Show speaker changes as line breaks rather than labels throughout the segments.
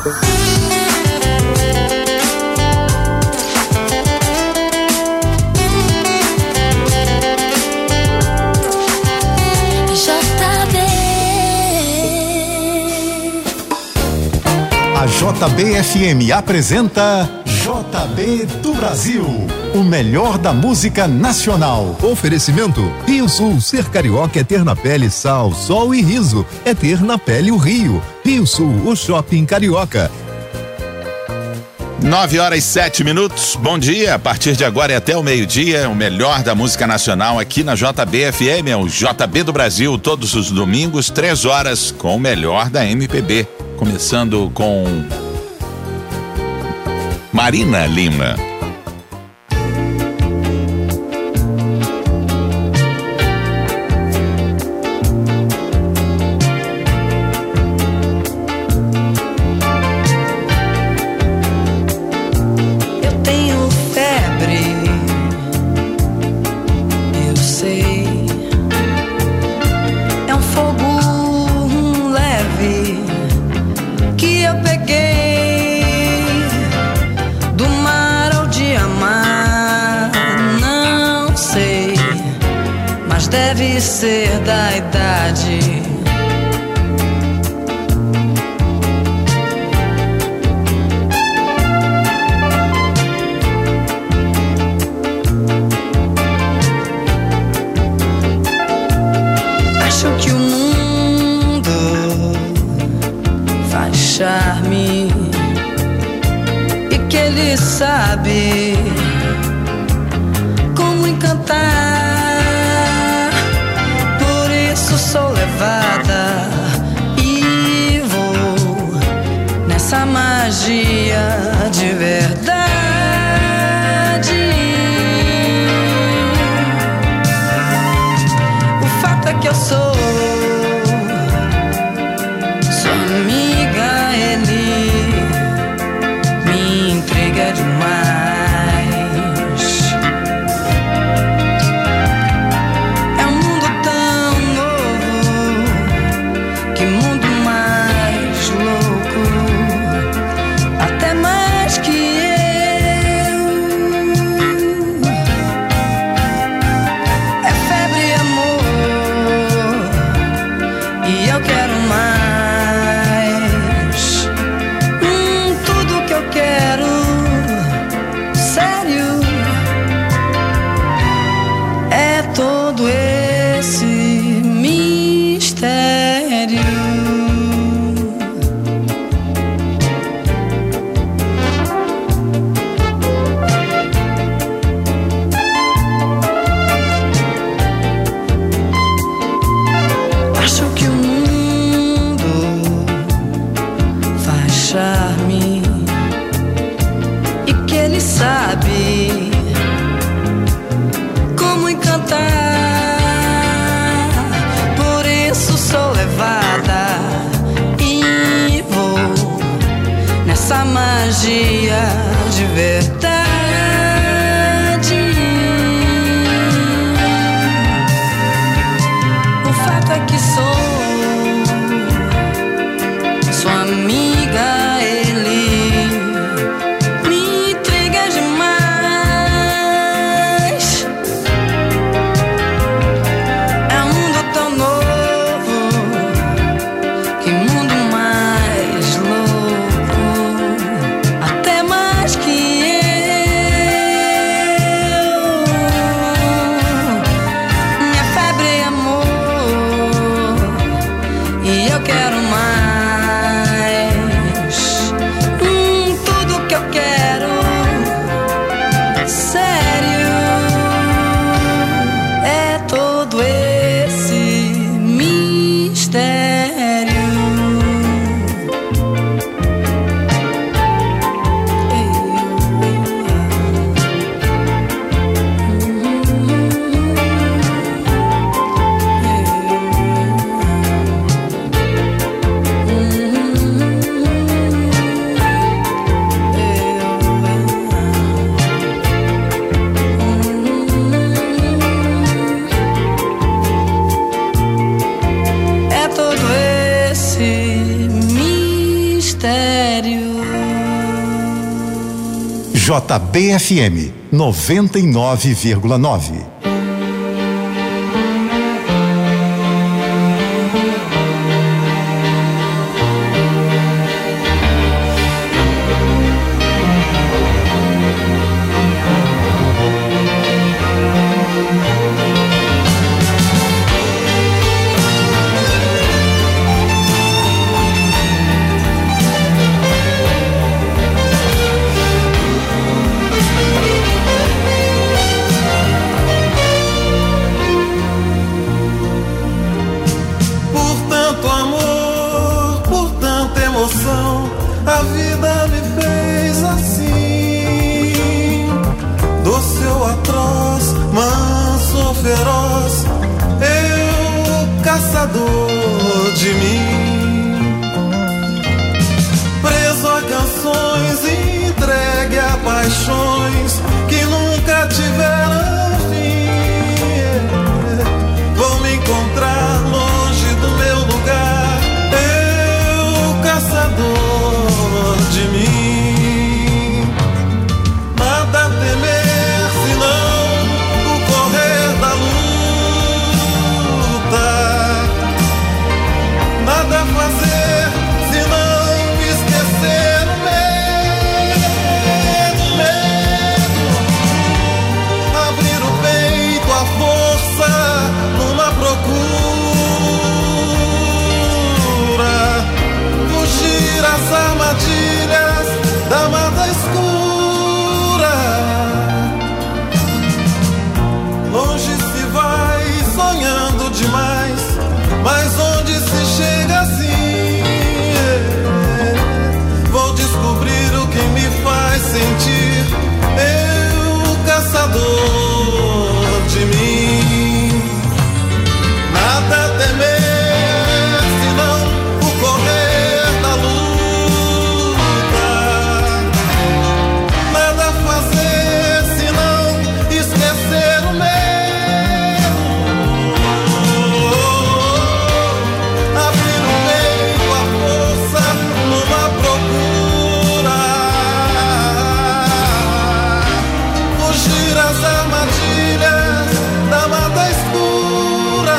A JB-FM apresenta JB do Brasil, o melhor da música nacional.
Oferecimento Rio Sul, ser carioca é ter na pele sal, sol e riso, é ter na pele o Rio. Rio Sul, o shopping carioca.
9h07. Bom dia, a partir de agora e até o meio-dia, o melhor da música nacional aqui na JB-FM, é o JB do Brasil, todos os domingos, 3 horas, com o melhor da MPB. Começando com Marina Lima.
Eu tenho febre, eu sei, é um fogo leve que eu peguei do mar ao de amar, não sei, mas deve ser da idade. Acho que o mundo faz charme e que ele sabe como encantar. Por isso sou levada e vou nessa magia de verdade. O fato é que eu sou sua amiga, ele me intriga demais. É um mundo tão novo, que mundo mais louco, até mais que eu. É febre e amor, e eu quero mais. Tudo que eu quero, sério, é todo esse mistério. Acho que o mundo faz charme e que ele sabe como encantar. Por isso sou levada e vou nessa magia de verdade. O fato é que sou sua amiga, ele me intriga demais. É um mundo tão novo, que mundo mais louco, até mais que eu. Minha febre é amor, e eu quero mais. mistério.
JBFM 99,9.
A vida me fez assim, doce ou atroz, manso ou feroz, eu caçador de mim, preso a canções, entregue a paixões que nunca tiveram fim. Vou me encontrar longe do meu lugar, eu caçador de mim. Nada a temer senão o correr da luta, nada a fazer senão esquecer o medo, abrir o peito à força numa procura, fugir às armadilhas da mata escura. Longe se vai sonhando demais, mas onde se chega assim? Vou descobrir o que me faz sentir, eu caçador de mim. Nada a temer senão o correr da luta, nada a fazer senão esquecer o medo, abrir o peito à força numa procura, fugir às armadilhas da mata escura.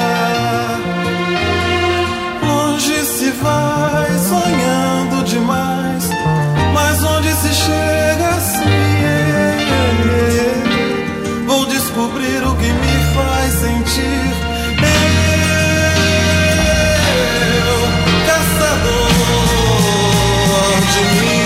Longe se vai sonhando demais, mas onde se chega assim? Vou descobrir o que me faz sentir, eu caçador de mim.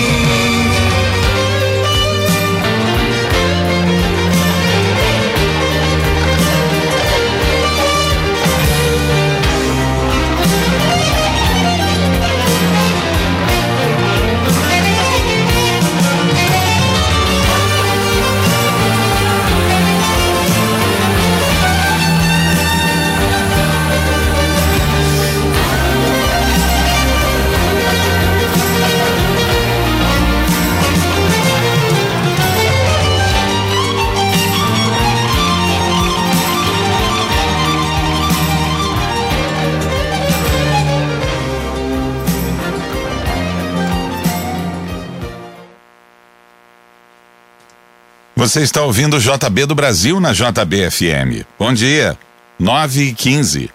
Você está ouvindo o JB do Brasil na JBFM. Bom dia, 9h15.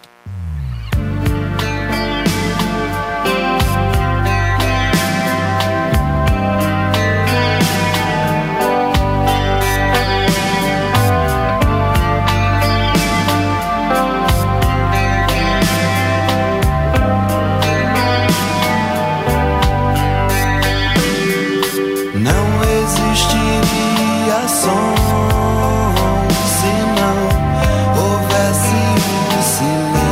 Não existiria som se não houvesse um silêncio.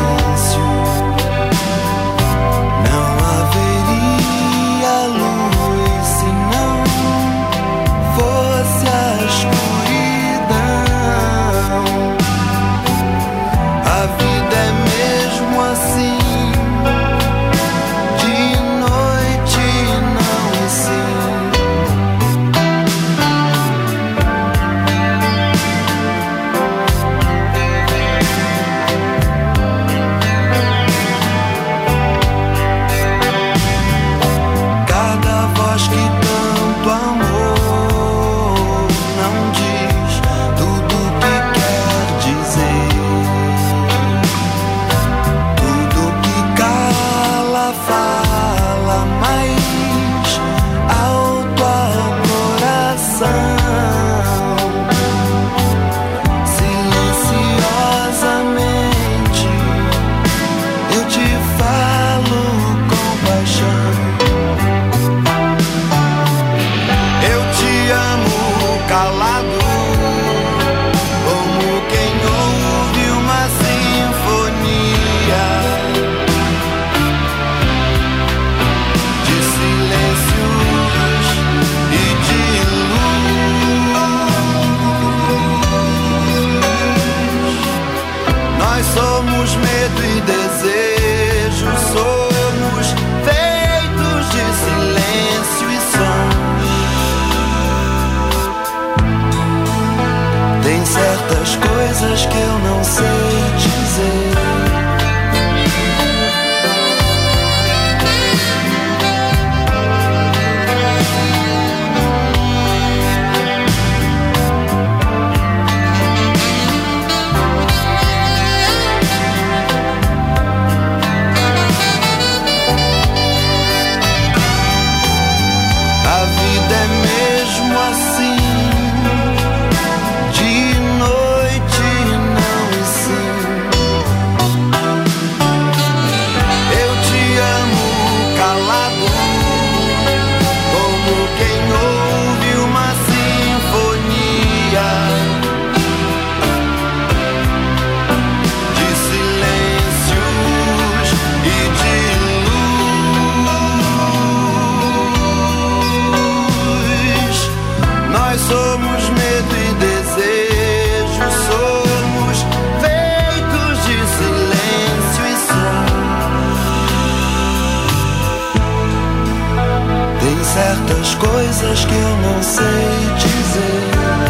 certas coisas que eu não sei dizer.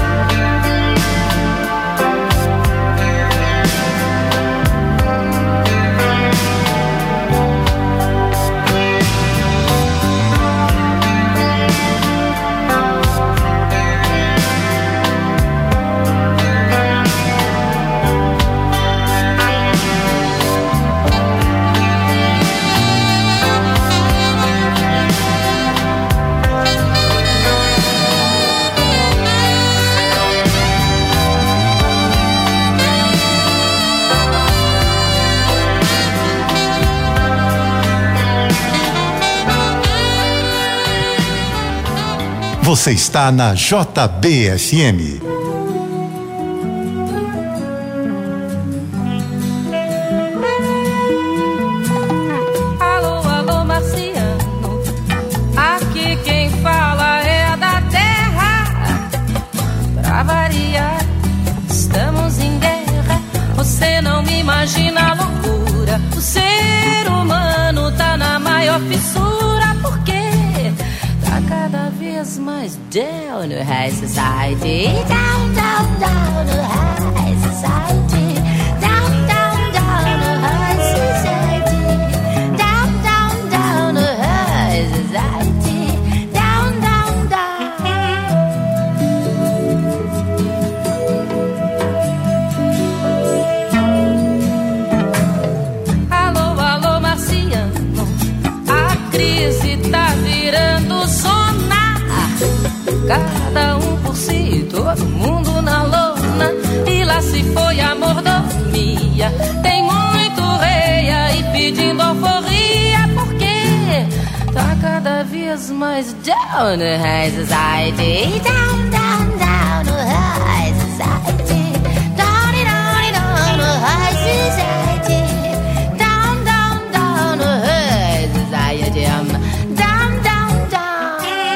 Você está na JBFM.
Alô, alô, marciano, aqui quem fala é da terra. Pra variar, estamos em guerra. Você não me imagina a loucura. O ser humano tá na maior fissura, porque tá cada vez mais down no high society. Down, down, down no high society. Down, down, down no high society. Down, down, down no high society. Down, down, down. Alô, alô, marciano, a crise tá virando zona. Cada um por si, todo mundo na lona. E lá se foi a mordomia. Tem muito rei aí pedindo alforria, porque tá cada vez mais down no high society. Down, down, down no high society. Down, down, down no high society. Down, down, down no high society. Down, down, down.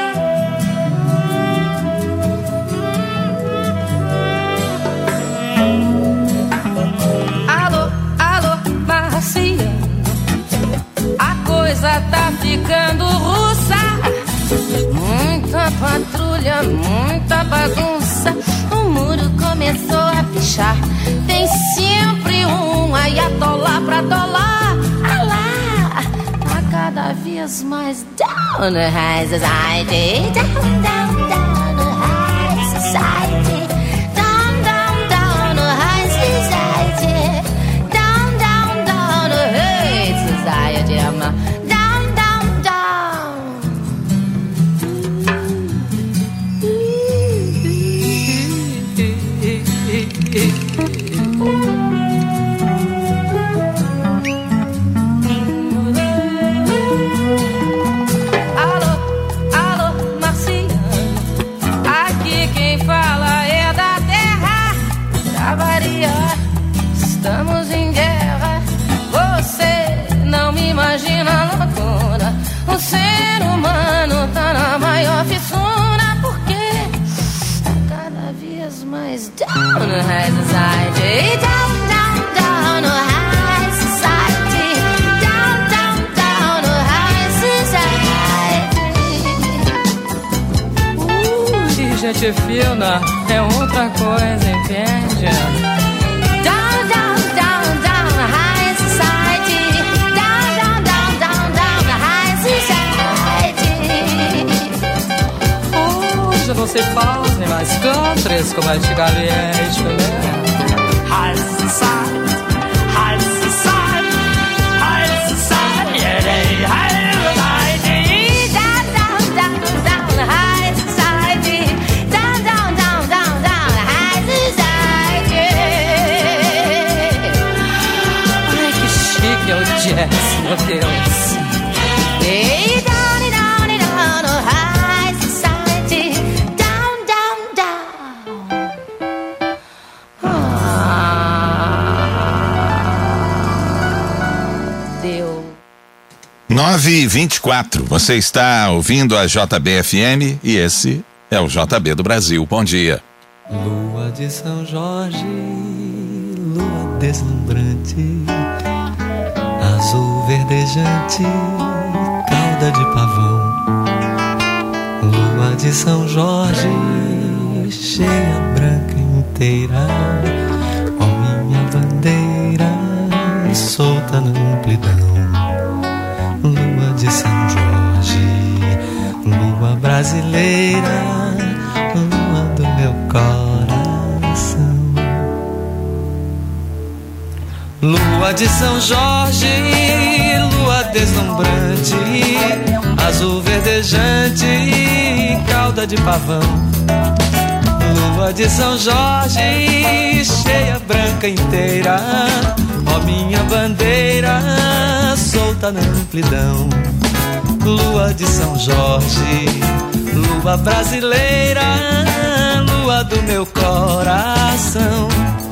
Alô, alô, marciano, a coisa tá ficando russa. Muita patrulha, muita bagunça. O muro começou a pichar. Tem sempre um ayatollah pra dólar. Alá, tá cada vez mais down no high society. Down, down, down no high society. Down, down, down no high society. Down, down, down no high society. Down, down, down. Alô, alô, marciano, aqui quem fala é da terra. Pra variar, estamos em guerra. Você não me imagina a loucura. O ser humano tá na maior fissura, porque tá cada vez mais down no high society. Down, down, down no high society. Down, down, down no high society. Gente fina é outra coisa, entende? Down, down, down, down no high society. Down, down, down, down, down no high society. Hoje não se faz nem mais countries como antigamente, né? High society, high society, high society, high society. Down, down, down, down no high society. Down, down, down, down, down no high society. Ai, que chique é o jazz, meu Deus. Hey, down, down, down no high society. Down, down, down. Deu.
9h24, você está ouvindo a JBFM e esse é o JB do Brasil. Bom dia.
Lua de São Jorge, lua deslumbrante, azul verdejante, cauda de pavão.
São Jorge, cheia, branca inteira, ó minha bandeira, solta na amplidão. Lua de São Jorge, lua brasileira, lua do meu coração. Lua de São Jorge, lua deslumbrante, azul verdejante, cauda de pavão. Lua de São Jorge, cheia, branca inteira, ó minha bandeira, solta na amplidão. Lua de São Jorge, lua brasileira, lua do meu coração.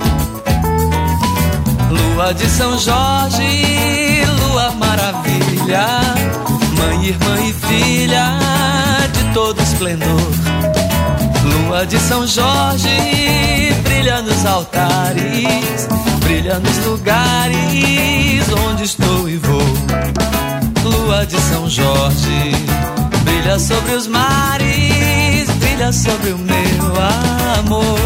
Lua de São Jorge, lua maravilha, mãe, irmã e filha de todo esplendor. Lua de São Jorge, brilha nos altares, brilha nos lugares onde estou e vou. Lua de São Jorge, brilha sobre os mares, brilha sobre o meu amor.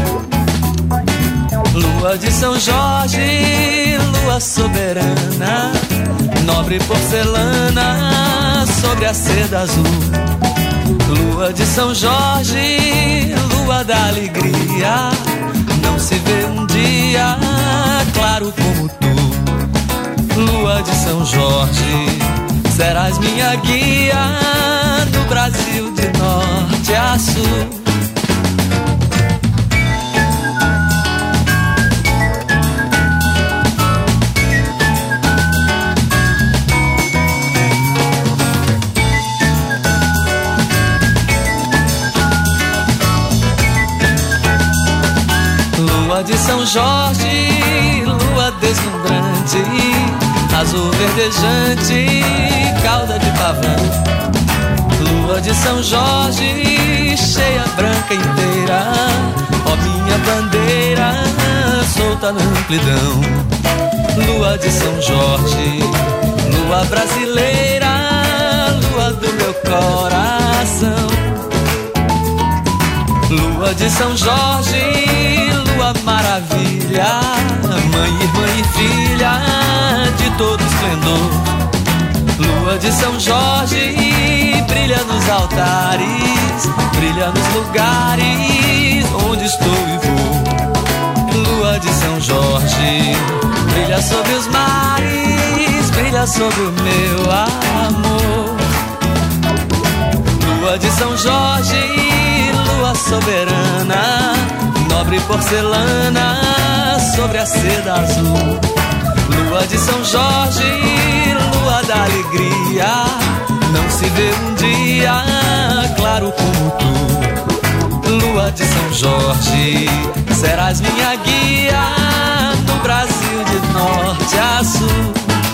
Lua de São Jorge, lua soberana, nobre porcelana sobre a seda azul. Lua de São Jorge, lua da alegria, não se vê um dia claro como tu. Lua de São Jorge, serás minha guia no Brasil de norte a sul. Lua de São Jorge, lua deslumbrante, azul verdejante, cauda de pavão. Lua de São Jorge, cheia, branca inteira, ó minha bandeira, solta na amplidão. Lua de São Jorge, lua brasileira, lua do meu coração. Lua de São Jorge, lua maravilha, mãe, irmã e filha de todo esplendor. Lua de São Jorge, brilha nos altares, brilha nos lugares onde estou e vou. Lua de São Jorge, brilha sobre os mares, brilha sobre o meu amor. Lua de São Jorge, lua soberana, nobre porcelana sobre a seda azul. Lua de São Jorge, lua da alegria, não se vê um dia claro como tu. Lua de São Jorge, serás minha guia no Brasil de norte a sul.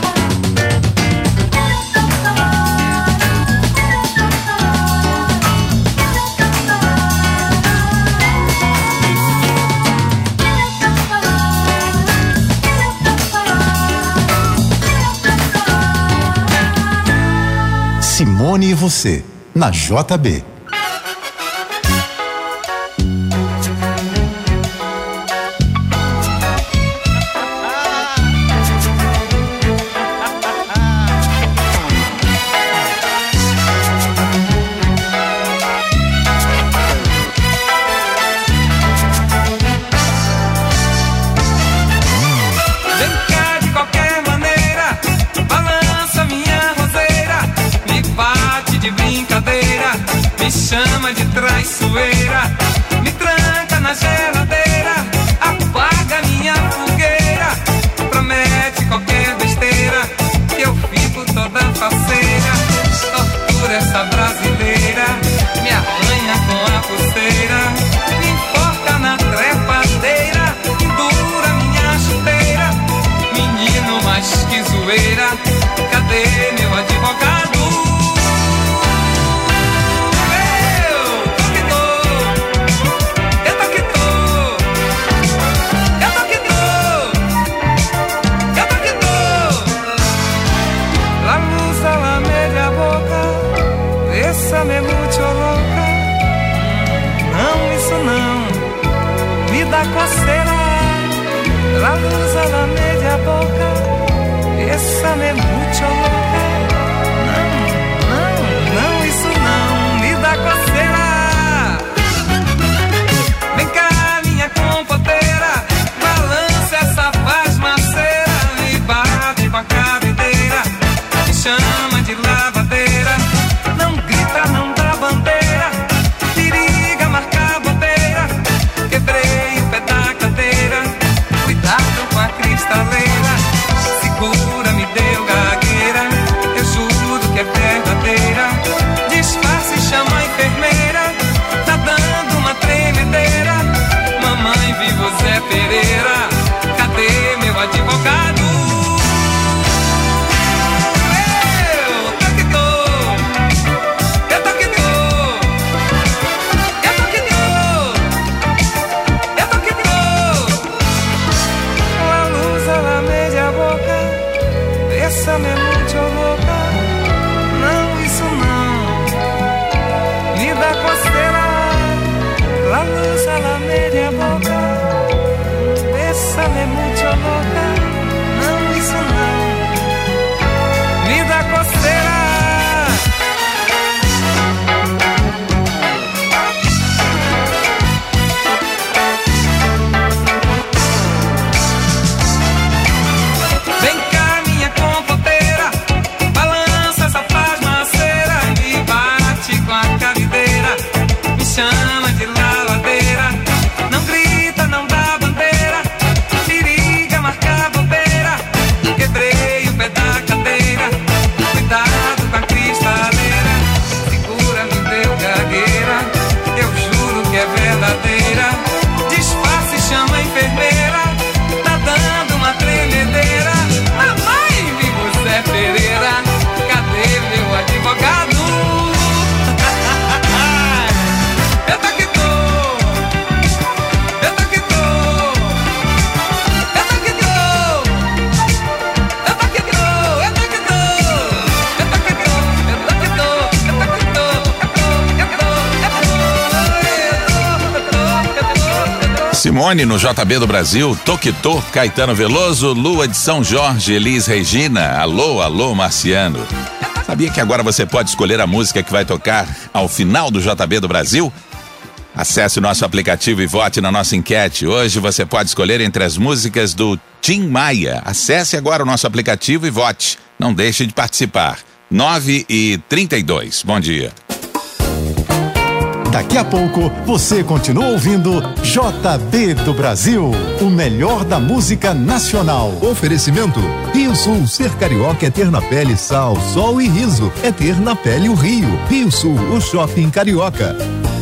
Simone e você, na JB.
Me chama de traiçoeira, me tranca na geladeira, apaga minha fogueira, promete qualquer besteira, que eu fico toda faceira. Tortura essa brasileira, me arranha com a pulseira, me enforca na trepadeira, endura minha chuteira. Menino mais que zoeira, cadê meu advogado? Bésame mucho loca, coceira, la luz a la media boca, bésame mucho loca. Não, isso não me dá coceira. Vem cá, minha compoteira, balança essa pasmaceira, me bate com a cabideira, me chama de lavadeira, não grita, não dá bandeira, periga marcar bobeira, quebrei o pé da cadeira, cuidado com a cristaleira, segura, me deu gagueira, eu juro que é verdadeira, disfarce, chama a enfermeira, tá dando uma tremedeira, mamãe viva o Zé Pereira, cadê meu advogado? Bésame mucho loca, não, isso não me dá coceira, la luz a la media boca, bésame mucho loca, não, isso não me dá coceira. Chama de lavadeira, não grita, não dá bandeira, periga marcar bobeira, quebrei o pé da cadeira, cuidado com a cristaleira, segura, me deu gagueira, eu juro que é verdadeira, disfarce, chama a enfermeira, tá dando uma tremedeira, mamãe, viva o Zé Pereira, cadê meu advogado?
Simone no JB do Brasil, Toquitô, Caetano Veloso, Lua de São Jorge, Elis Regina, alô, alô, Marciano. Sabia que agora você pode escolher a música que vai tocar ao final do JB do Brasil? Acesse o nosso aplicativo e vote na nossa enquete. Hoje você pode escolher entre as músicas do Tim Maia. Acesse agora o nosso aplicativo e vote. Não deixe de participar. 9h32. Bom dia.
Daqui a pouco você continua ouvindo JB do Brasil, o melhor da música nacional.
Oferecimento: Rio Sul, ser carioca é ter na pele sal, sol e riso, é ter na pele o Rio. Rio Sul, o shopping carioca.